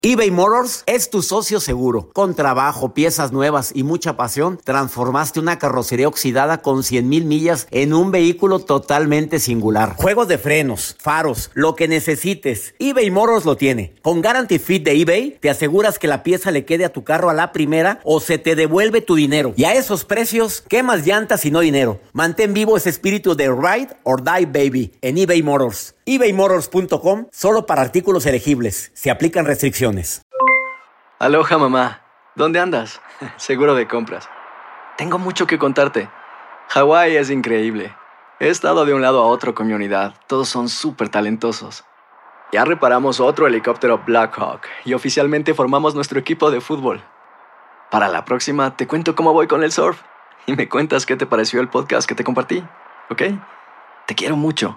eBay Motors es tu socio seguro. Con trabajo, piezas nuevas y mucha pasión, transformaste una carrocería oxidada con 100,000 millas en un vehículo totalmente singular. Juegos de frenos, faros, lo que necesites, eBay Motors lo tiene. Con Guarantee Fit de eBay, te aseguras que la pieza le quede a tu carro a la primera o se te devuelve tu dinero. Y a esos precios, ¿qué más llantas y no dinero? Mantén vivo ese espíritu de Ride or Die Baby en eBay Motors. ebaymotors.com, solo para artículos elegibles. Se aplican restricciones. Aloha, mamá. ¿Dónde andas? Seguro de compras. Tengo mucho que contarte. Hawái es increíble. He estado de un lado a otro con mi unidad. Todos son súper talentosos. Ya reparamos otro helicóptero Blackhawk y oficialmente formamos nuestro equipo de fútbol. Para la próxima te cuento cómo voy con el surf y me cuentas qué te pareció el podcast que te compartí, ¿ok? Te quiero mucho.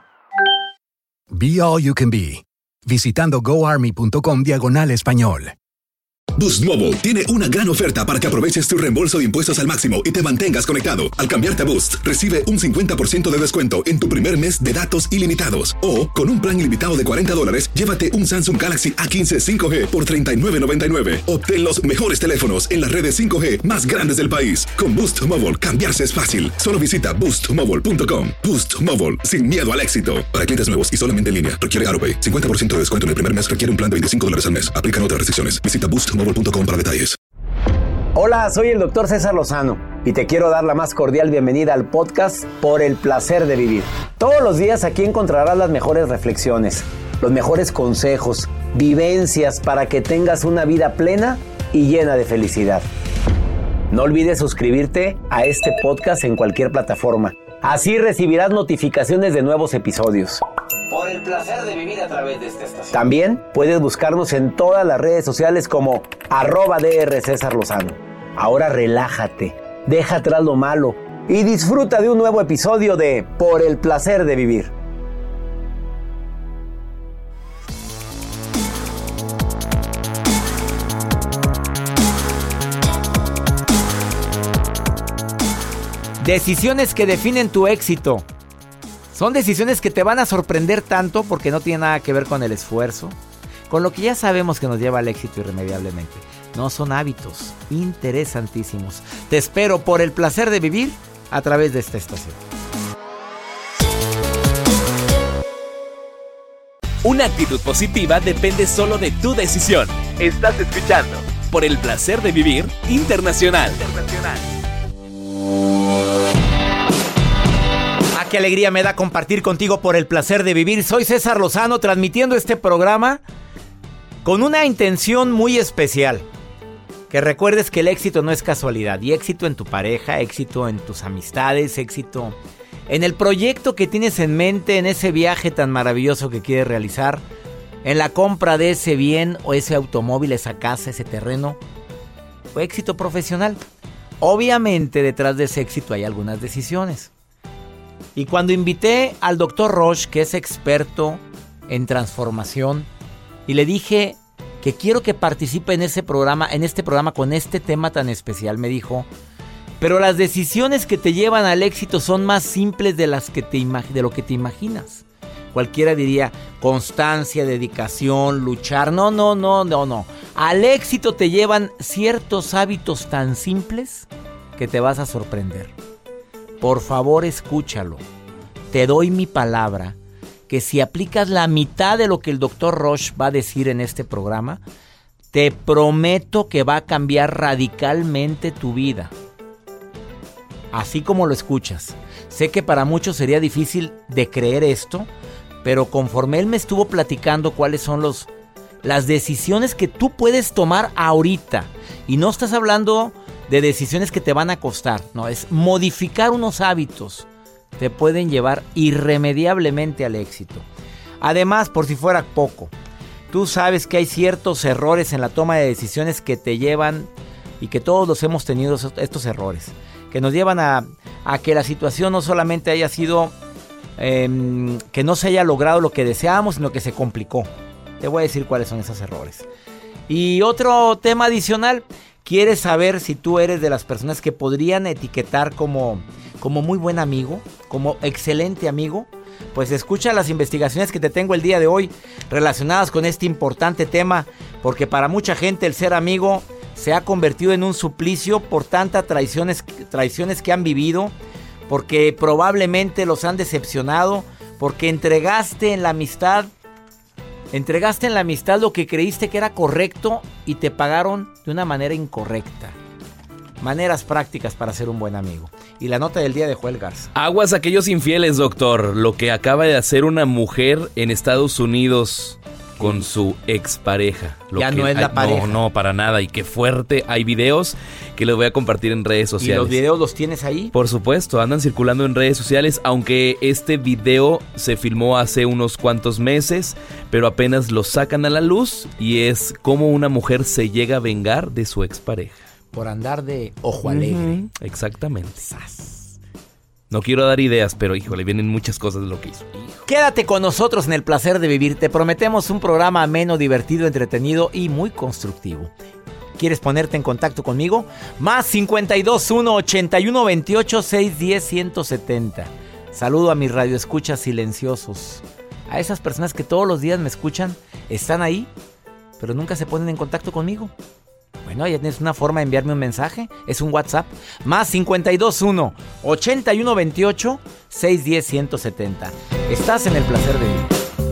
Be All You Can Be, visitando goarmy.com/español. Boost Mobile tiene una gran oferta para que aproveches tu reembolso de impuestos al máximo y te mantengas conectado. Al cambiarte a Boost, recibe un 50% de descuento en tu primer mes de datos ilimitados. O, con un plan ilimitado de $40, llévate un Samsung Galaxy A15 5G por $39.99. Obtén los mejores teléfonos en las redes 5G más grandes del país. Con Boost Mobile, cambiarse es fácil. Solo visita boostmobile.com. Boost Mobile, sin miedo al éxito. Para clientes nuevos y solamente en línea, requiere AutoPay. 50% de descuento en el primer mes requiere un plan de $25 al mes. Aplican otras restricciones. Visita boostmobile.com para detalles. Hola, soy el Dr. César Lozano y te quiero dar la más cordial bienvenida al podcast Por el Placer de Vivir. Todos los días aquí encontrarás las mejores reflexiones, los mejores consejos, vivencias para que tengas una vida plena y llena de felicidad. No olvides suscribirte a este podcast en cualquier plataforma. Así recibirás notificaciones de nuevos episodios. Por el placer de vivir a través de esta estación. También puedes buscarnos en todas las redes sociales como @Dr. César Lozano. Ahora relájate, deja atrás lo malo y disfruta de un nuevo episodio de Por el Placer de Vivir. Decisiones que definen tu éxito. Son decisiones que te van a sorprender tanto porque no tienen nada que ver con el esfuerzo, con lo que ya sabemos que nos lleva al éxito irremediablemente. No, son hábitos interesantísimos. Te espero por el placer de vivir a través de esta estación. Una actitud positiva depende solo de tu decisión. Estás escuchando Por el Placer de Vivir Internacional. Qué alegría me da compartir contigo Por el Placer de Vivir. Soy César Lozano, transmitiendo este programa con una intención muy especial. Que recuerdes que el éxito no es casualidad. Y éxito en tu pareja, éxito en tus amistades, éxito en el proyecto que tienes en mente, en ese viaje tan maravilloso que quieres realizar, en la compra de ese bien o ese automóvil, esa casa, ese terreno, o éxito profesional. Obviamente detrás de ese éxito hay algunas decisiones. Y cuando invité al Dr. Roche, que es experto en transformación, y le dije que quiero que participe en este programa con este tema tan especial, me dijo, pero las decisiones que te llevan al éxito son más simples de lo que te imaginas. Cualquiera diría constancia, dedicación, luchar. No. Al éxito te llevan ciertos hábitos tan simples que te vas a sorprender. Por favor, escúchalo. Te doy mi palabra que si aplicas la mitad de lo que el Dr. Roche va a decir en este programa, te prometo que va a cambiar radicalmente tu vida. Así como lo escuchas. Sé que para muchos sería difícil de creer esto, pero conforme él me estuvo platicando cuáles son las decisiones que tú puedes tomar ahorita, y no estás hablando de decisiones que te van a costar, no, es modificar unos hábitos, te pueden llevar irremediablemente al éxito. Además, por si fuera poco, tú sabes que hay ciertos errores en la toma de decisiones que te llevan, y que todos los hemos tenido estos errores, que nos llevan a que la situación no solamente haya sido, que no se haya logrado lo que deseábamos, sino que se complicó. Te voy a decir cuáles son esos errores. Y otro tema adicional, ¿quieres saber si tú eres de las personas que podrían etiquetar como muy buen amigo, como excelente amigo? pues escucha las investigaciones que te tengo el día de hoy relacionadas con este importante tema, porque para mucha gente el ser amigo se ha convertido en un suplicio por tantas traiciones que han vivido, porque probablemente los han decepcionado, porque entregaste en la amistad lo que creíste que era correcto y te pagaron de una manera incorrecta. Maneras prácticas para ser un buen amigo. Y la nota del día de Joel Garza. Aguas aquellos infieles, doctor. Lo que acaba de hacer una mujer en Estados Unidos con su expareja. Ya no es la pareja. No, para nada. Y qué fuerte. Hay videos que les voy a compartir en redes sociales. ¿Y los videos los tienes ahí? Por supuesto, andan circulando en redes sociales, aunque este video se filmó hace unos cuantos meses, pero apenas lo sacan a la luz y es cómo una mujer se llega a vengar de su expareja. Por andar de ojo alegre. Exactamente. No quiero dar ideas, pero híjole, vienen muchas cosas de lo que hizo. Quédate con nosotros en El Placer de Vivir. Te prometemos un programa ameno, divertido, entretenido y muy constructivo. ¿Quieres ponerte en contacto conmigo? Más 521-8128-610-170. Saludo a mis radioescuchas silenciosos. A esas personas que todos los días me escuchan, están ahí, pero nunca se ponen en contacto conmigo. Bueno, ya tienes una forma de enviarme un mensaje. Es un WhatsApp. Más 521-8128-610-170. Estás en El Placer de Vivir.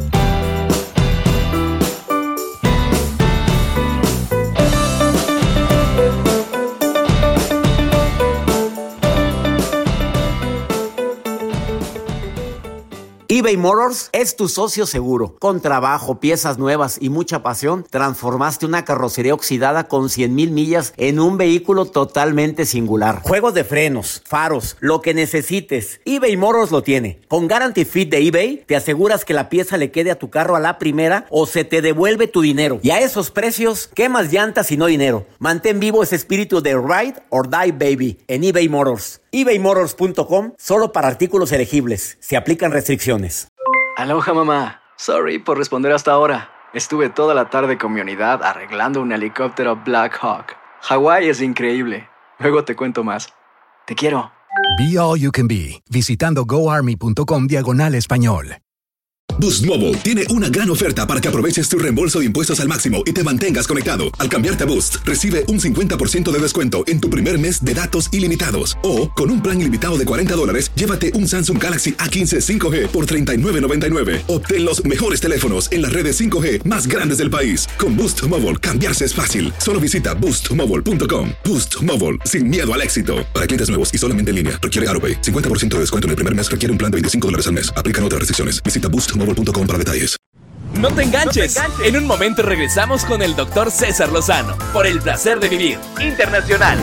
eBay Motors es tu socio seguro. Con trabajo, piezas nuevas y mucha pasión, transformaste una carrocería oxidada con 100,000 millas en un vehículo totalmente singular. Juegos de frenos, faros, lo que necesites, eBay Motors lo tiene. Con Guarantee Fit de eBay, te aseguras que la pieza le quede a tu carro a la primera o se te devuelve tu dinero. Y a esos precios, ¿qué más llantas y no dinero? Mantén vivo ese espíritu de Ride or Die Baby en eBay Motors. ebaymotors.com, solo para artículos elegibles. Se aplican restricciones. Aloha, mamá. Sorry por responder hasta ahora. Estuve toda la tarde con mi unidad arreglando un helicóptero Black Hawk. Hawái es increíble. Luego te cuento más. Te quiero. Be All You Can Be, visitando goarmy.com/español. Boost Mobile tiene una gran oferta para que aproveches tu reembolso de impuestos al máximo y te mantengas conectado. Al cambiarte a Boost, recibe un 50% de descuento en tu primer mes de datos ilimitados. O, con un plan ilimitado de $40, llévate un Samsung Galaxy A15 5G por $39.99. Obtén los mejores teléfonos en las redes 5G más grandes del país. Con Boost Mobile, cambiarse es fácil. Solo visita boostmobile.com. Boost Mobile, sin miedo al éxito. Para clientes nuevos y solamente en línea, requiere AutoPay. 50% de descuento en el primer mes requiere un plan de $25 al mes. Aplican otras restricciones. Visita boostmobile.com para detalles. No te enganches. En un momento regresamos con el Dr. César Lozano por El Placer de Vivir Internacional.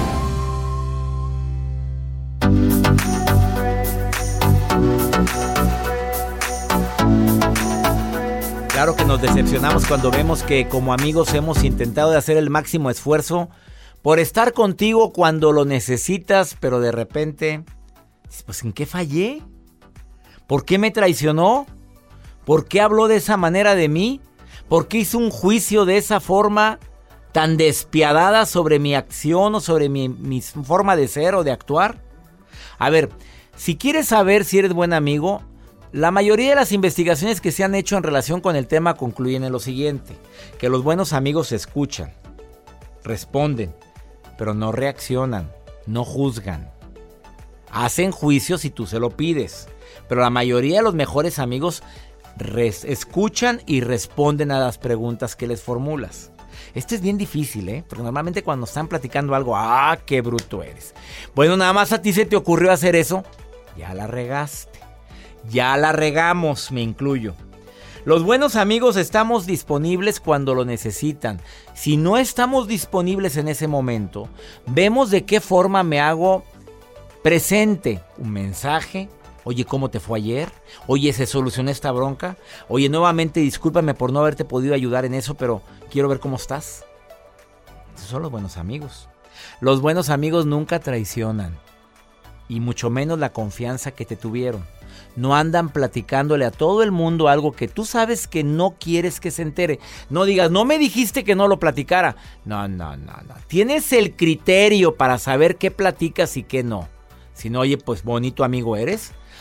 Claro que nos decepcionamos cuando vemos que como amigos hemos intentado de hacer el máximo esfuerzo por estar contigo cuando lo necesitas, pero de repente, pues ¿en qué fallé? ¿Por qué me traicionó? ¿Por qué habló de esa manera de mí? ¿Por qué hizo un juicio de esa forma tan despiadada sobre mi acción o sobre mi forma de ser o de actuar? A ver, si quieres saber si eres buen amigo, la mayoría de las investigaciones que se han hecho en relación con el tema concluyen en lo siguiente: que los buenos amigos escuchan, responden, pero no reaccionan, no juzgan. Hacen juicios si tú se lo pides, pero la mayoría de los mejores amigos escuchan y responden a las preguntas que les formulas. Esto es bien difícil, porque normalmente cuando están platicando algo, ¡ah, qué bruto eres! Bueno, nada más a ti se te ocurrió hacer eso, ya la regaste. Ya la regamos, me incluyo. Los buenos amigos estamos disponibles cuando lo necesitan. Si no estamos disponibles en ese momento, vemos de qué forma me hago presente. Un mensaje. Oye, ¿cómo te fue ayer? Oye, ¿se solucionó esta bronca? Oye, nuevamente discúlpame por no haberte podido ayudar en eso, pero quiero ver cómo estás. Esos son los buenos amigos. Los buenos amigos nunca traicionan. Y mucho menos la confianza que te tuvieron. No andan platicándole a todo el mundo algo que tú sabes que no quieres que se entere. No digas, no me dijiste que no lo platicara. No. Tienes el criterio para saber qué platicas y qué no. Si no, oye, pues bonito amigo eres.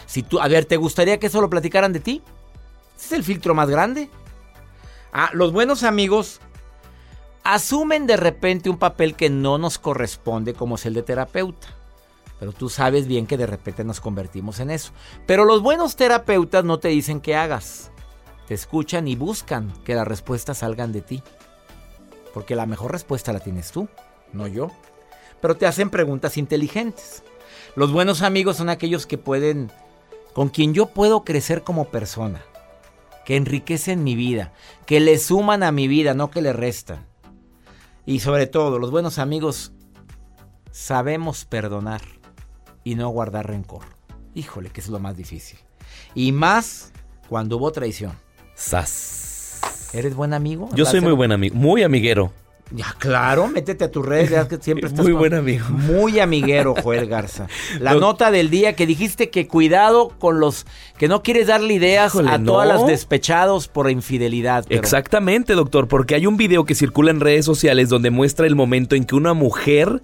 Si tú, a ver, ¿te gustaría que eso lo platicaran de ti? Ese es el filtro más grande. Los buenos amigos asumen de repente un papel que no nos corresponde, como es el de terapeuta. Pero tú sabes bien que de repente nos convertimos en eso. Pero los buenos terapeutas no te dicen qué hagas. Te escuchan y buscan que las respuestas salgan de ti. Porque la mejor respuesta la tienes tú, no yo. Pero te hacen preguntas inteligentes. Los buenos amigos son aquellos que pueden, con quien yo puedo crecer como persona, que enriquecen mi vida, que le suman a mi vida, no que le restan. Y sobre todo, los buenos amigos sabemos perdonar y no guardar rencor. Híjole, que es lo más difícil. Y más cuando hubo traición. ¡Sas! ¿Eres buen amigo? Yo soy muy buen amigo, muy amiguero. Ya, claro, métete a tus redes, ya que siempre estás muy buen amigo. Muy amiguero, Joel Garza. La nota del día que dijiste que cuidado con los que no quieres darle ideas a todas las despechados por infidelidad. Pero... Exactamente, doctor, porque hay un video que circula en redes sociales donde muestra el momento en que una mujer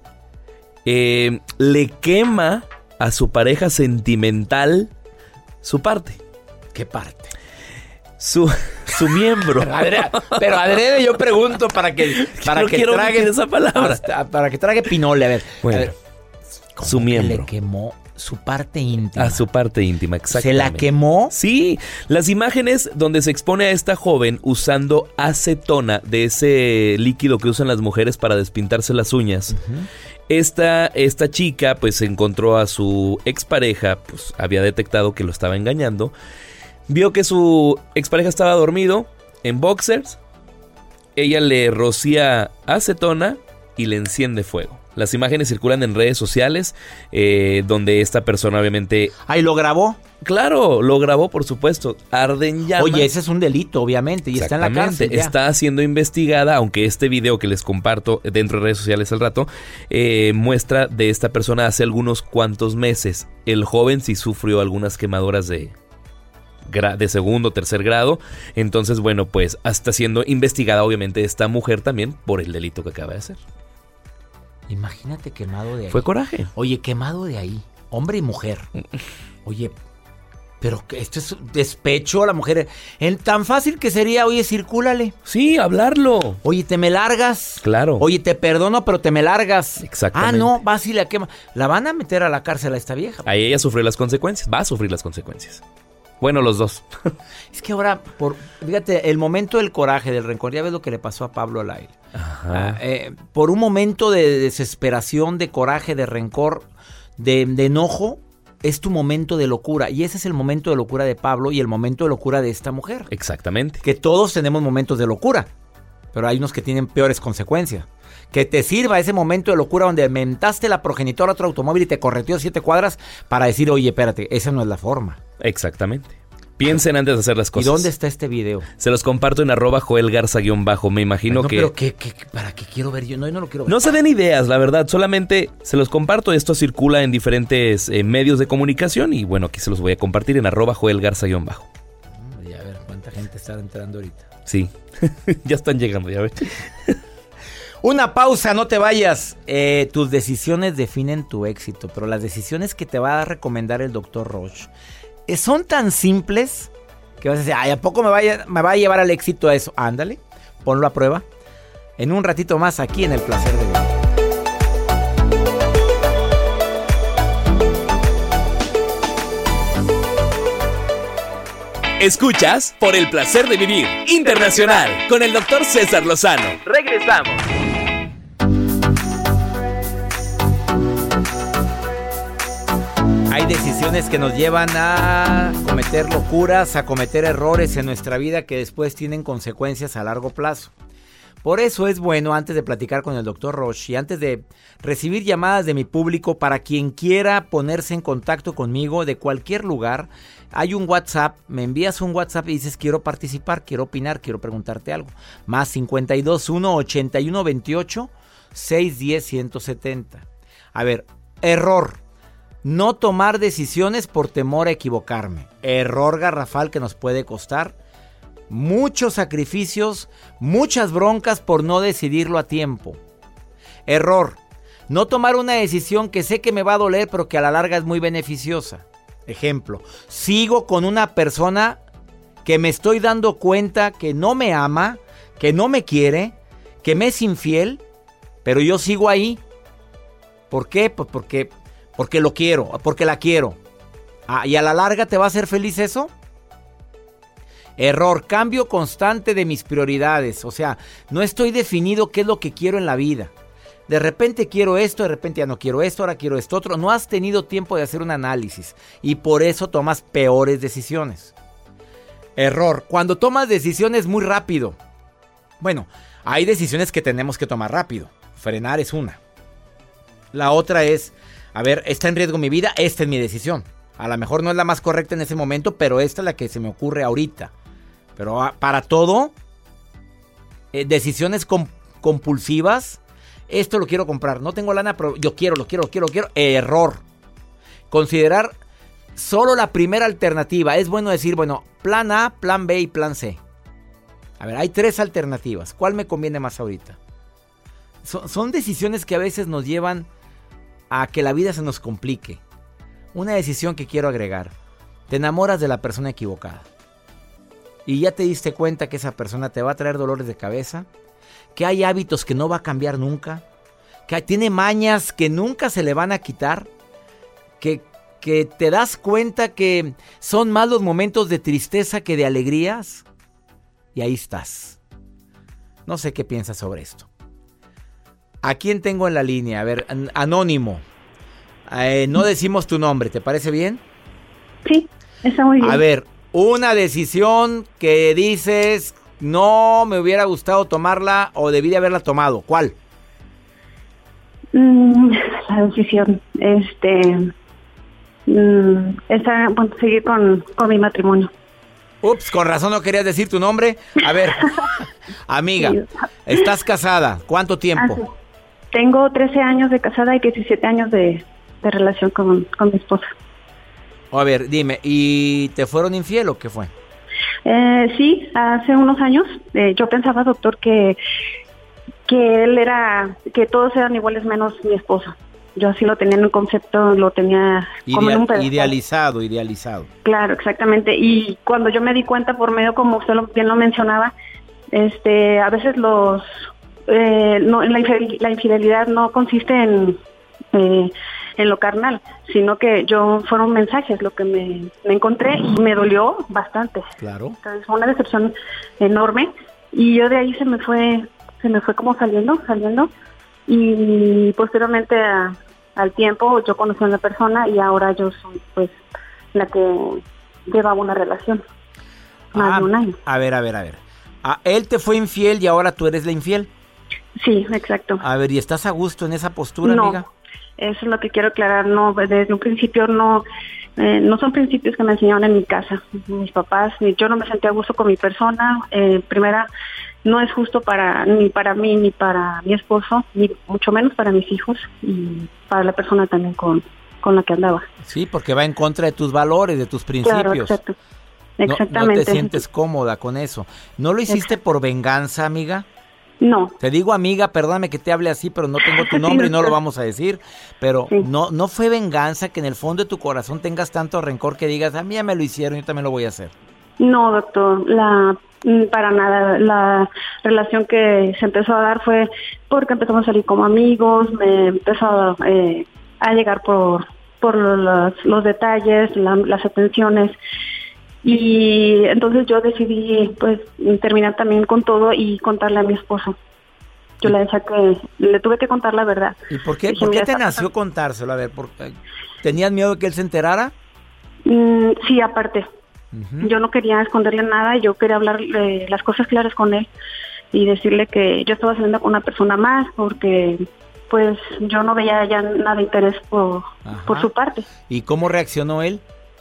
le quema a su pareja sentimental su parte. ¿Qué parte? Su miembro. Pero adrede yo pregunto para que trague esa palabra. Para que trague pinole, a ver. Bueno, a ver, su miembro. Le quemó su parte íntima. A su parte íntima, exactamente. ¿Se la quemó? Sí, las imágenes donde se expone a esta joven usando acetona, de ese líquido que usan las mujeres para despintarse las uñas. Uh-huh. Esta chica pues encontró a su expareja, pues había detectado que lo estaba engañando. Vio que su expareja estaba dormido en boxers. Ella le rocía acetona y le enciende fuego. Las imágenes circulan en redes sociales donde esta persona obviamente... ¿Ahí lo grabó? Claro, lo grabó, por supuesto. Arden llamas. Oye, ese es un delito, obviamente, y está en la cárcel. Ya. Está siendo investigada, aunque este video que les comparto dentro de redes sociales al rato muestra de esta persona hace algunos cuantos meses. El joven sí sufrió algunas quemaduras de segundo o tercer grado. Entonces, bueno, pues está siendo investigada obviamente esta mujer también por el delito que acaba de hacer. Imagínate quemado de ahí. Fue coraje. Oye, quemado de ahí, hombre y mujer. Oye, pero que esto es despecho a la mujer. Tan fácil que sería, oye, circúlale. Sí, hablarlo. Oye, te me largas. Claro. Oye, te perdono, pero te me largas. Exactamente. No, vas y la quema. La van a meter a la cárcel a esta vieja. Ahí ella sufrió las consecuencias. Va a sufrir las consecuencias. Bueno, los dos. Es que ahora, fíjate, el momento del coraje, del rencor, ya ves lo que le pasó a Pablo Lyle. Por un momento de desesperación, de coraje, de rencor, de enojo, es tu momento de locura. Y ese es el momento de locura de Pablo y el momento de locura de esta mujer. Exactamente. Que todos tenemos momentos de locura, pero hay unos que tienen peores consecuencias. Que te sirva ese momento de locura donde mentaste la progenitora a otro automóvil y te correteó 7 cuadras para decir, oye, espérate, esa no es la forma. Exactamente. Piensen antes de hacer las cosas. ¿Y dónde está este video? Se los comparto en @JoelGarza_. Me imagino que... Pero ¿para qué quiero ver yo? No, yo no lo quiero ver. No se den ideas, la verdad. Solamente se los comparto. Esto circula en diferentes medios de comunicación. Y bueno, aquí se los voy a compartir en @JoelGarza_. Ya a ver, ¿cuánta gente está entrando ahorita? Sí, ya están llegando, ya ves. Una pausa, no te vayas. Tus decisiones definen tu éxito, pero las decisiones que te va a recomendar el Dr. Roche son tan simples que vas a decir, ay, ¿a poco me va a llevar al éxito eso? Ándale, ponlo a prueba. En un ratito más aquí en El Placer de Vivir. Escuchas Por el Placer de Vivir Internacional con el Dr. César Lozano. Regresamos. Hay decisiones que nos llevan a cometer locuras, a cometer errores en nuestra vida que después tienen consecuencias a largo plazo. Por eso es bueno, antes de platicar con el Dr. Roche y antes de recibir llamadas de mi público, para quien quiera ponerse en contacto conmigo de cualquier lugar, hay un WhatsApp, me envías un WhatsApp y dices, quiero participar, quiero opinar, quiero preguntarte algo. Más 521 81 28 610 170. A ver, error. No tomar decisiones por temor a equivocarme. Error garrafal que nos puede costar muchos sacrificios, muchas broncas por no decidirlo a tiempo. Error. No tomar una decisión que sé que me va a doler, pero que a la larga es muy beneficiosa. Ejemplo, sigo con una persona que me estoy dando cuenta que no me ama, que no me quiere, que me es infiel, pero yo sigo ahí. ¿Por qué? Pues porque lo quiero, porque la quiero. ¿Y a la larga te va a hacer feliz eso? Error, cambio constante de mis prioridades. O sea, no estoy definido qué es lo que quiero en la vida. De repente quiero esto, de repente ya no quiero esto, ahora quiero esto otro. No has tenido tiempo de hacer un análisis y por eso tomas peores decisiones. Error, cuando tomas decisiones muy rápido. Bueno, hay decisiones que tenemos que tomar rápido. Frenar es una. La otra es, a ver, está en riesgo mi vida, esta es mi decisión. A lo mejor no es la más correcta en ese momento, pero esta es la que se me ocurre ahorita. Pero para todo, decisiones compulsivas, esto lo quiero comprar, no tengo lana, pero yo quiero, lo quiero. Error. Considerar solo la primera alternativa. Es bueno decir, bueno, plan A, plan B y plan C. A ver, hay 3 alternativas. ¿Cuál me conviene más ahorita? Son decisiones que a veces nos llevan a que la vida se nos complique. Una decisión que quiero agregar. Te enamoras de la persona equivocada. Y ya te diste cuenta que esa persona te va a traer dolores de cabeza, que hay hábitos que no va a cambiar nunca, que tiene mañas que nunca se le van a quitar, que te das cuenta que son más los momentos de tristeza que de alegrías. Y ahí estás. No sé qué piensas sobre esto. ¿A quién tengo en la línea? A ver, anónimo. No decimos tu nombre, ¿te parece bien? Sí, está muy bien. A ver, una decisión que dices, no me hubiera gustado tomarla o debí de haberla tomado. ¿Cuál? La decisión, seguir con mi matrimonio. Ups, con razón no querías decir tu nombre. A ver, amiga, ¿estás casada? ¿Cuánto tiempo? Sí. Tengo 13 años de casada y 17 años de relación con mi esposa. A ver, dime, ¿y te fueron infiel o qué fue? Sí, hace unos años yo pensaba, doctor, que todos eran iguales menos mi esposo. Yo así lo tenía en un concepto, lo tenía como en un pedestal. Idealizado. Claro, exactamente. Y cuando yo me di cuenta, por medio, como usted bien lo mencionaba, a veces la infidelidad no consiste en lo carnal, sino que fueron mensajes lo que me encontré y me dolió bastante. Claro. Entonces fue una decepción enorme y yo de ahí se me fue como saliendo y posteriormente al tiempo yo conocí a una persona y ahora yo soy pues la que llevaba una relación más de un año. A ver. Él te fue infiel y ahora tú eres la infiel. Sí, exacto. A ver, ¿y estás a gusto en esa postura, no, amiga? Eso es lo que quiero aclarar. No, desde un principio no son principios que me enseñaron en mi casa. Mis papás, yo no me sentía a gusto con mi persona. Primera, no es justo ni para mí, ni para mi esposo, ni mucho menos para mis hijos y para la persona también con la que andaba. Sí, porque va en contra de tus valores, de tus principios. Claro, exacto. Exactamente. No te sientes cómoda con eso. ¿No lo hiciste por venganza, amiga? No. Te digo amiga, perdóname que te hable así, pero no tengo tu nombre y no lo vamos a decir. Pero sí. no fue venganza, que en el fondo de tu corazón tengas tanto rencor que digas, a mí ya me lo hicieron, yo también lo voy a hacer. No, doctor, para nada. La relación que se empezó a dar fue porque empezamos a salir como amigos, me empezó a llegar por los detalles, las atenciones. Y entonces yo decidí pues terminar también con todo y contarle a mi esposo. Yo le tuve que contar la verdad. ¿Y por qué? ¿Por qué te nació contárselo? A ver, ¿tenías miedo de que él se enterara? Sí, aparte. Uh-huh. Yo no quería esconderle nada, yo quería hablar las cosas claras con él y decirle que yo estaba saliendo con una persona más porque pues yo no veía ya nada de interés por su parte. ¿Y cómo reaccionó él?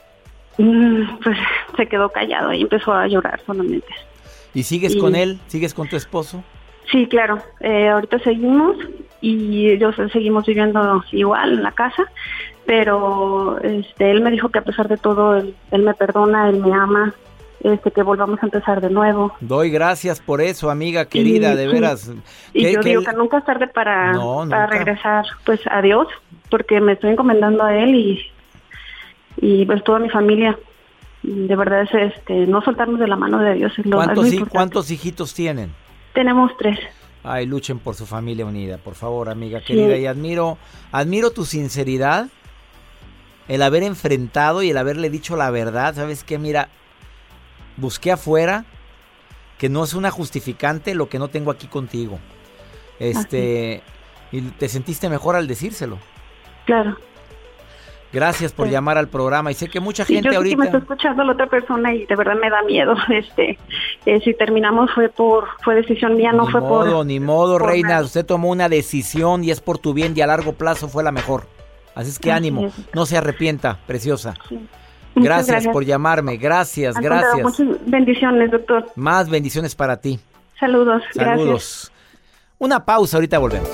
Pues se quedó callado y empezó a llorar solamente. ¿Y sigues con él? ¿Sigues con tu esposo? Sí, claro. Ahorita seguimos y ellos seguimos viviendo igual en la casa, pero él me dijo que a pesar de todo él me perdona, él me ama, que volvamos a empezar de nuevo. Doy gracias por eso, amiga querida, de veras. Y yo digo que nunca es tarde para regresar pues a Dios, porque me estoy encomendando a él y y pues toda mi familia. De verdad es no soltarnos de la mano de Dios. Es lo importante. ¿Cuántos hijitos tienen? Tenemos 3. Ay, luchen por su familia unida, por favor, amiga querida. Y admiro tu sinceridad, el haber enfrentado y el haberle dicho la verdad. ¿Sabes qué? Mira, busqué afuera, que no es una justificante lo que no tengo aquí contigo. Y te sentiste mejor al decírselo. Claro. Gracias por llamar al programa, y sé que mucha gente yo ahorita... Sí, me está escuchando la otra persona y de verdad me da miedo. Si terminamos fue decisión mía, no fue por... Ni modo, por reina, nada. usted tomó una decisión y es por tu bien y a largo plazo fue la mejor. Así es que ánimo, no se arrepienta, preciosa. Sí. Gracias por llamarme, gracias. Muchas bendiciones, doctor. Más bendiciones para ti. Saludos. Gracias. Una pausa, ahorita volvemos.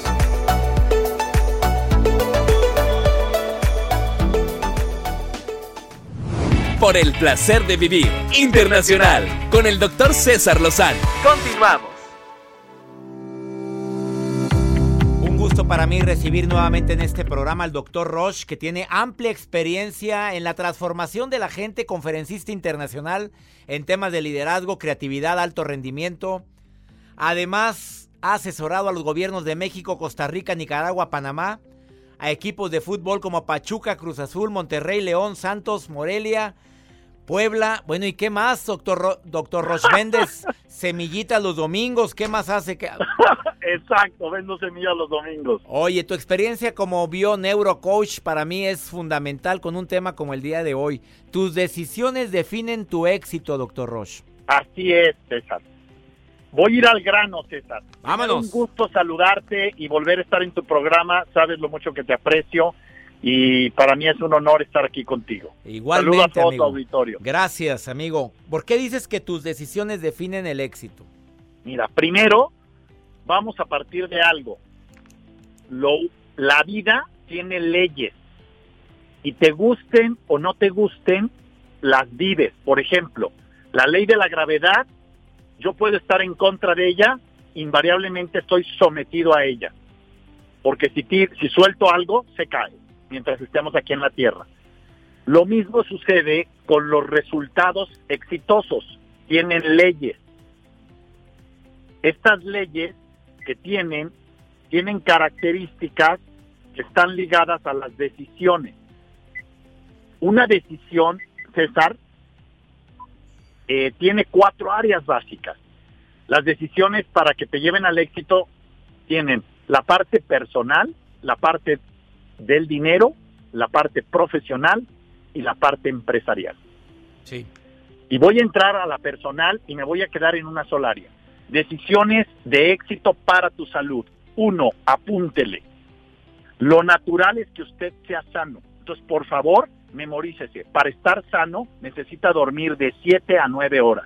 Por el placer de vivir internacional con el Dr. César Lozano. Continuamos. Un gusto para mí recibir nuevamente en este programa al Dr. Roche, que tiene amplia experiencia en la transformación de la gente, conferencista internacional en temas de liderazgo, creatividad, alto rendimiento. Además, ha asesorado a los gobiernos de México, Costa Rica, Nicaragua, Panamá, a equipos de fútbol como Pachuca, Cruz Azul, Monterrey, León, Santos, Morelia, Puebla. Bueno, ¿y qué más, doctor Roche? ¿Vendes semillitas los domingos? ¿Qué más hace? Exacto, vendo semillas los domingos. Oye, tu experiencia como bio-neurocoach para mí es fundamental con un tema como el día de hoy. Tus decisiones definen tu éxito, doctor Roche. Así es, César. Voy a ir al grano, César. Vámonos. Es un gusto saludarte y volver a estar en tu programa. Sabes lo mucho que te aprecio y para mí es un honor estar aquí contigo. Igualmente, saludos a todo amigo. tu auditorio. Gracias, amigo. ¿Por qué dices que tus decisiones definen el éxito? Mira, primero vamos a partir de algo. La vida tiene leyes y te gusten o no te gusten, las vives. Por ejemplo, la ley de la gravedad, yo puedo estar en contra de ella, invariablemente estoy sometido a ella. Porque si suelto algo, se cae, mientras estemos aquí en la Tierra. Lo mismo sucede con los resultados exitosos. Tienen leyes. Estas leyes que tienen características que están ligadas a las decisiones. Una decisión, César, tiene 4 áreas básicas. Las decisiones para que te lleven al éxito tienen la parte personal, la parte del dinero, la parte profesional y la parte empresarial. Sí. Y voy a entrar a la personal y me voy a quedar en una sola área. Decisiones de éxito para tu salud. 1, apúntele. Lo natural es que usted sea sano. Entonces, por favor, memorícese. Para estar sano, necesita dormir de 7 a 9 horas.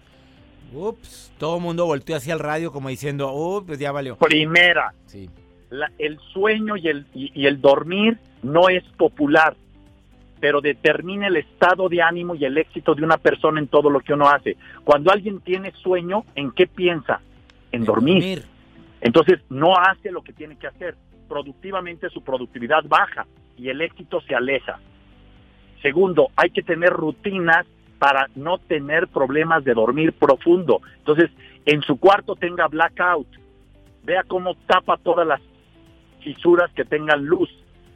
Ups, todo el mundo volteó hacia el radio como diciendo, pues ya valió. Primera, sí. El sueño y el dormir no es popular, pero determina el estado de ánimo y el éxito de una persona en todo lo que uno hace. Cuando alguien tiene sueño, ¿en qué piensa? En dormir. Entonces, no hace lo que tiene que hacer. Productivamente su productividad baja y el éxito se aleja. Segundo, hay que tener rutinas para no tener problemas de dormir profundo. Entonces, en su cuarto tenga blackout. Vea cómo tapa todas las fisuras que tengan luz.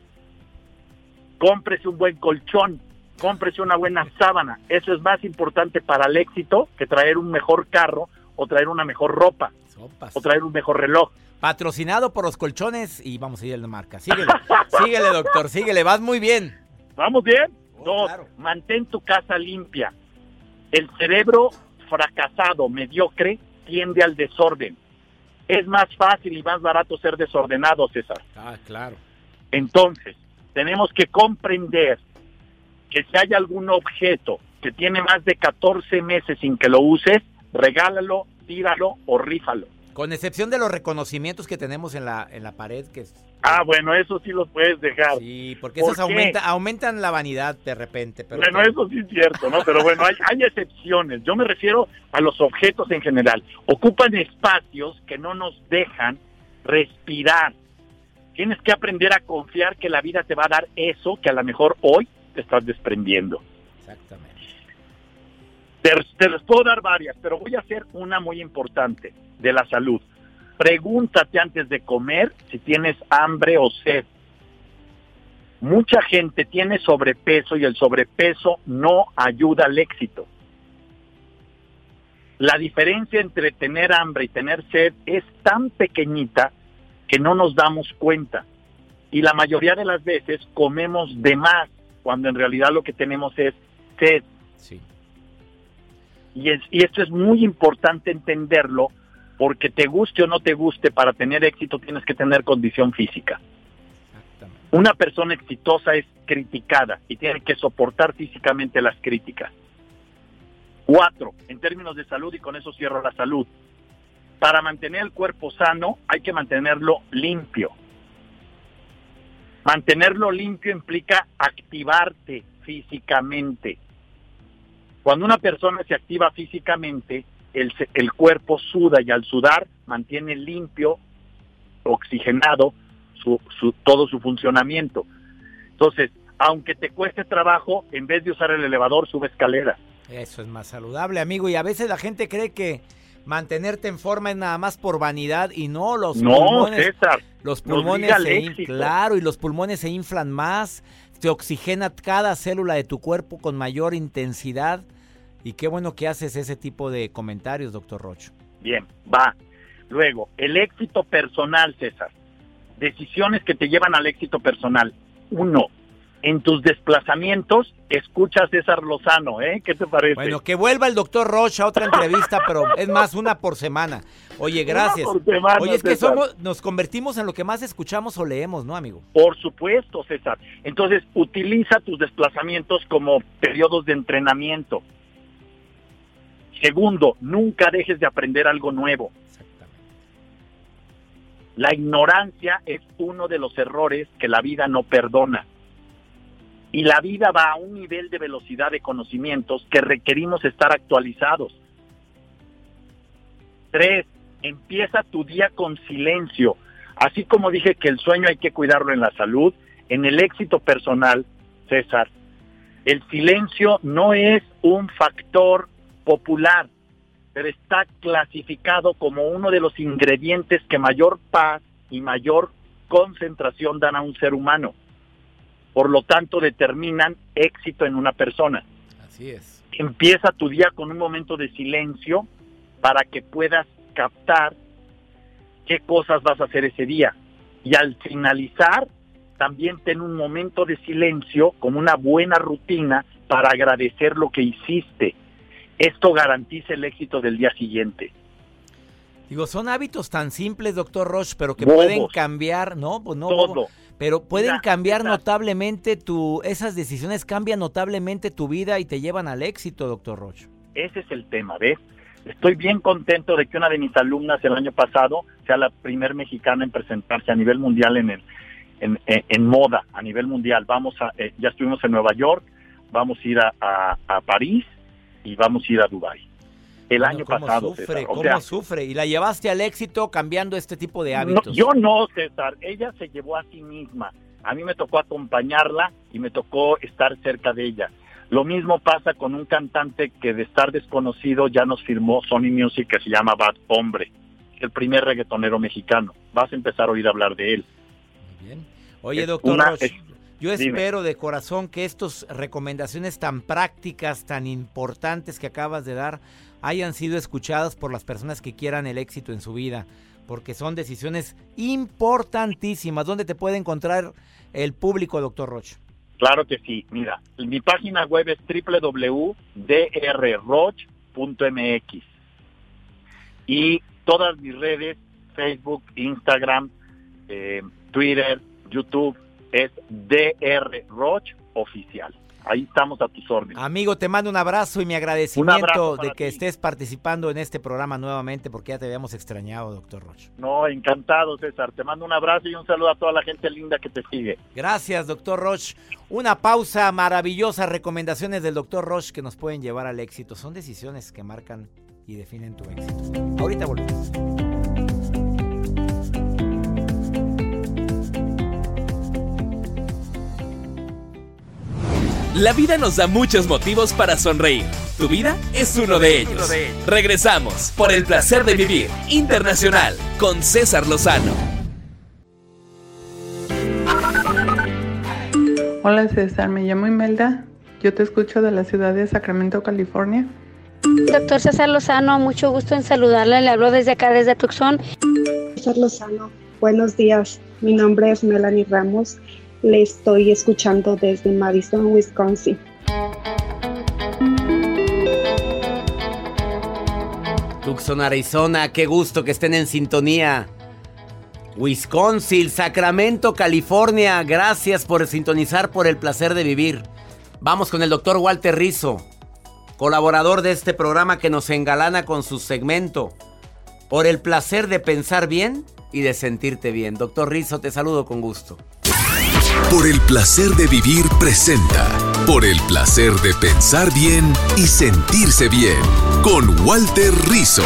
Cómprese un buen colchón, cómprese una buena sábana. Eso es más importante para el éxito que traer un mejor carro o traer una mejor ropa. Sopas. O traer un mejor reloj. Patrocinado por los colchones y vamos a ir a la marca. Síguele, síguele, doctor, síguele, vas muy bien. ¿Vamos bien? 2, claro. Mantén tu casa limpia. El cerebro fracasado, mediocre, tiende al desorden. Es más fácil y más barato ser desordenado, César. Ah, claro. Entonces, tenemos que comprender que si hay algún objeto que tiene más de 14 meses sin que lo uses, regálalo, tíralo o rífalo. Con excepción de los reconocimientos que tenemos en la pared, que es... Bueno, eso sí los puedes dejar. Sí, porque esos aumentan la vanidad de repente. Pero bueno, eso sí es cierto, ¿no? Pero bueno, hay excepciones. Yo me refiero a los objetos en general. Ocupan espacios que no nos dejan respirar. Tienes que aprender a confiar que la vida te va a dar eso que a lo mejor hoy te estás desprendiendo. Exactamente. Te les puedo dar varias, pero voy a hacer una muy importante de la salud. Pregúntate antes de comer si tienes hambre o sed. Mucha gente tiene sobrepeso y el sobrepeso no ayuda al éxito. La diferencia entre tener hambre y tener sed es tan pequeñita que no nos damos cuenta. Y la mayoría de las veces comemos de más cuando en realidad lo que tenemos es sed. Sí. Y esto es muy importante entenderlo, porque te guste o no te guste, para tener éxito tienes que tener condición física. Exactamente. Una persona exitosa es criticada y tiene que soportar físicamente las críticas. 4, en términos de salud, y con eso cierro la salud. Para mantener el cuerpo sano hay que mantenerlo limpio. Mantenerlo limpio implica activarte físicamente. Cuando una persona se activa físicamente, el cuerpo suda, y al sudar mantiene limpio, oxigenado todo su funcionamiento. Entonces, aunque te cueste trabajo, en vez de usar el elevador, sube escaleras. Eso es más saludable, amigo. Y a veces la gente cree que mantenerte en forma es nada más por vanidad, y no, César, los pulmones claro, y los pulmones se inflan más, te oxigena cada célula de tu cuerpo con mayor intensidad. Y qué bueno que haces ese tipo de comentarios, doctor Roch. Bien, va. Luego, el éxito personal, César. Decisiones que te llevan al éxito personal. 1, en tus desplazamientos, escucha a César Lozano, ¿qué te parece? Bueno, que vuelva el doctor Roch a otra entrevista, pero es más, una por semana. Oye, gracias. Una por semana, oye, es que César. nos convertimos en lo que más escuchamos o leemos, ¿no, amigo? Por supuesto, César. Entonces, utiliza tus desplazamientos como periodos de entrenamiento. 2, nunca dejes de aprender algo nuevo. La ignorancia es uno de los errores que la vida no perdona. Y la vida va a un nivel de velocidad de conocimientos que requerimos estar actualizados. 3, empieza tu día con silencio. Así como dije que el sueño hay que cuidarlo en la salud, en el éxito personal, César, el silencio no es un factor popular, pero está clasificado como uno de los ingredientes que mayor paz y mayor concentración dan a un ser humano. Por lo tanto, determinan éxito en una persona. Así es. Empieza tu día con un momento de silencio para que puedas captar qué cosas vas a hacer ese día. Y al finalizar, también ten un momento de silencio como una buena rutina para agradecer lo que hiciste. Esto garantiza el éxito del día siguiente. Digo, son hábitos tan simples, doctor Roch, pero que Bobos. pueden cambiar, ¿no? Pues no, Todo. pero pueden cambiar César, notablemente esas decisiones cambian notablemente tu vida y te llevan al éxito, doctor Roch. Ese es el tema, ¿ves? Estoy bien contento de que una de mis alumnas el año pasado sea la primer mexicana en presentarse a nivel mundial en moda, a nivel mundial. Ya estuvimos en Nueva York, vamos a ir a París y vamos a ir a Dubái. El año pasado, César. ¿Cómo sufre? Y la llevaste al éxito cambiando este tipo de hábitos. No, yo no, César. Ella se llevó a sí misma. A mí me tocó acompañarla y me tocó estar cerca de ella. Lo mismo pasa con un cantante que de estar desconocido ya nos firmó Sony Music, que se llama Bad Hombre, el primer reggaetonero mexicano. Vas a empezar a oír hablar de él. Muy bien. Oye, doctor Roch, yo espero de corazón que estas recomendaciones tan prácticas, tan importantes que acabas de dar, hayan sido escuchadas por las personas que quieran el éxito en su vida, porque son decisiones importantísimas. ¿Dónde te puede encontrar el público, doctor Roch? Claro que sí. Mira, mi página web es www.drroch.mx y todas mis redes, Facebook, Instagram, Twitter, YouTube, es DR Roch Oficial. Ahí estamos a tus órdenes. Amigo, te mando un abrazo y mi agradecimiento de que ti. estés participando en este programa nuevamente, porque ya te habíamos extrañado, doctor Roch. No, encantado, César. Te mando un abrazo y un saludo a toda la gente linda que te sigue. Gracias, doctor Roch. Una pausa, maravillosas recomendaciones del doctor Roch que nos pueden llevar al éxito. Son decisiones que marcan y definen tu éxito. Ahorita volvemos. La vida nos da muchos motivos para sonreír. Tu vida es uno de ellos. Regresamos por el placer de vivir internacional con César Lozano. Hola César, me llamo Imelda. Yo te escucho de la ciudad de Sacramento, California. Doctor César Lozano, mucho gusto en saludarle. Le hablo desde acá, desde Tucson. César Lozano, buenos días. Mi nombre es Melanie Ramos. Le estoy escuchando desde Madison, Wisconsin. Tucson, Arizona, qué gusto que estén en sintonía. Wisconsin, Sacramento, California, gracias por sintonizar por el placer de vivir. Vamos con el doctor Walter Rizzo, colaborador de este programa que nos engalana con su segmento Por el placer de pensar bien y de sentirte bien. Doctor Rizzo, te saludo con gusto. Por el placer de vivir presenta Por el placer de pensar bien y sentirse bien con Walter Rizzo.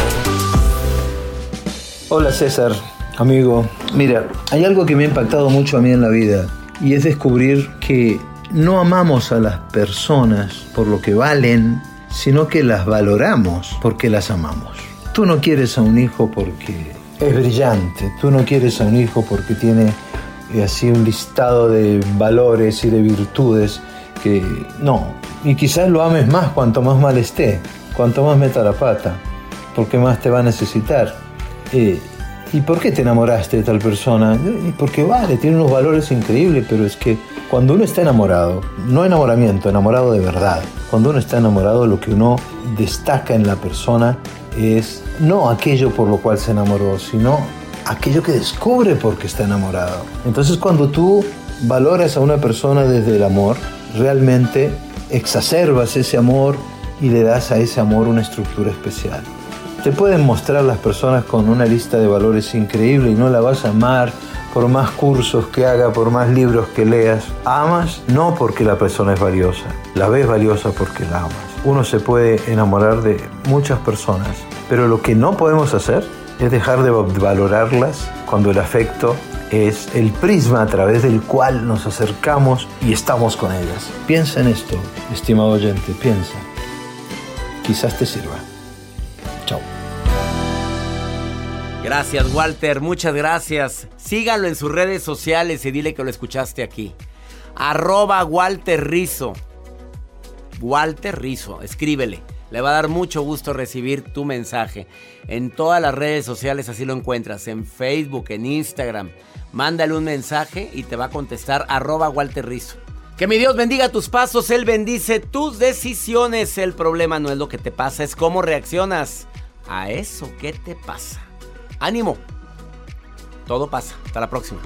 Hola César, amigo. Mira, hay algo que me ha impactado mucho a mí en la vida y es descubrir que no amamos a las personas por lo que valen, sino que las valoramos porque las amamos. Tú no quieres a un hijo porque es brillante, tú no quieres a un hijo porque tiene así un listado de valores y de virtudes que no. Y quizás lo ames más cuanto más mal esté, cuanto más meta la pata, porque más te va a necesitar. ¿Y por qué te enamoraste de tal persona? Porque vale, tiene unos valores increíbles, pero es que cuando uno está enamorado, no enamoramiento, enamorado de verdad, cuando uno está enamorado, lo que uno destaca en la persona es no aquello por lo cual se enamoró, sino aquello que descubre porque está enamorado. Entonces, cuando tú valoras a una persona desde el amor, realmente exacerbas ese amor y le das a ese amor una estructura especial. Te pueden mostrar las personas con una lista de valores increíble y no la vas a amar por más cursos que haga, por más libros que leas. Amas no porque la persona es valiosa, la ves valiosa porque la amas. Uno se puede enamorar de muchas personas, pero lo que no podemos hacer es dejar de valorarlas cuando el afecto es el prisma a través del cual nos acercamos y estamos con ellas. Piensa en esto, estimado oyente, piensa. Quizás te sirva. Chao. Gracias, Walter, muchas gracias. Síganlo en sus redes sociales y dile que lo escuchaste aquí. @Walter Rizzo. Walter Rizzo, escríbele. Le va a dar mucho gusto recibir tu mensaje. En todas las redes sociales así lo encuentras. En Facebook, en Instagram. Mándale un mensaje y te va a contestar @Walter Rizzo. Que mi Dios bendiga tus pasos, Él bendice tus decisiones. El problema no es lo que te pasa, es cómo reaccionas a eso que te pasa. ¡Ánimo! Todo pasa. Hasta la próxima.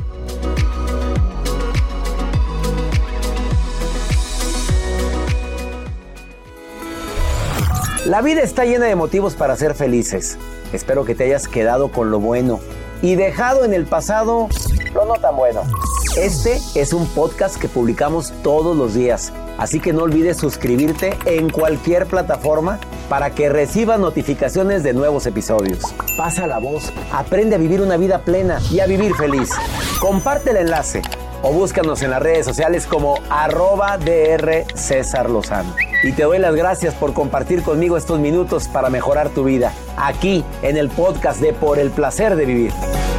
La vida está llena de motivos para ser felices. Espero que te hayas quedado con lo bueno y dejado en el pasado lo no tan bueno. Este es un podcast que publicamos todos los días, así que no olvides suscribirte en cualquier plataforma para que recibas notificaciones de nuevos episodios. Pasa la voz, aprende a vivir una vida plena y a vivir feliz. Comparte el enlace o búscanos en las redes sociales como @Dr. César Lozano. Y te doy las gracias por compartir conmigo estos minutos para mejorar tu vida, aquí en el podcast de Por el placer de vivir.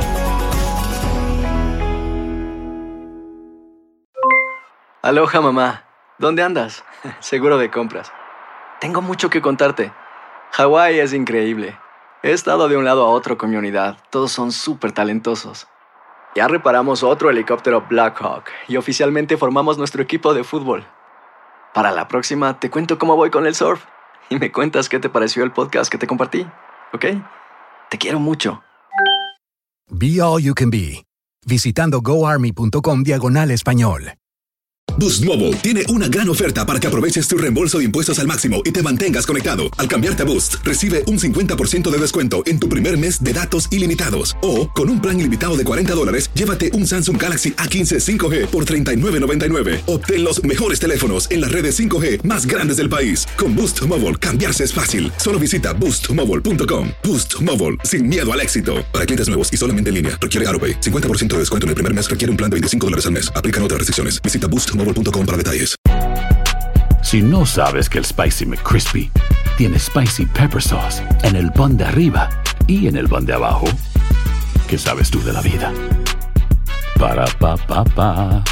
Aloha, mamá. ¿Dónde andas? Seguro de compras. Tengo mucho que contarte. Hawái es increíble. He estado de un lado a otro con mi unidad. Todos son súper talentosos. Ya reparamos otro helicóptero Blackhawk y oficialmente formamos nuestro equipo de fútbol. Para la próxima te cuento cómo voy con el surf y me cuentas qué te pareció el podcast que te compartí, ¿ok? Te quiero mucho. Be All You Can Be, visitando goarmy.com/español. Boost Mobile tiene una gran oferta para que aproveches tu reembolso de impuestos al máximo y te mantengas conectado. Al cambiarte a Boost, recibe un 50% de descuento en tu primer mes de datos ilimitados. O, con un plan ilimitado de $40, llévate un Samsung Galaxy A15 5G por $39.99. Obtén los mejores teléfonos en las redes 5G más grandes del país. Con Boost Mobile, cambiarse es fácil. Solo visita boostmobile.com. Boost Mobile, sin miedo al éxito. Para clientes nuevos y solamente en línea, requiere AroPay. 50% de descuento en el primer mes requiere un plan de $25 al mes. Aplican otras restricciones. Visita boostmobile.com para detalles. Si no sabes que el Spicy McCrispy tiene Spicy Pepper Sauce en el pan de arriba y en el pan de abajo, ¿qué sabes tú de la vida? Para, pa, pa, pa.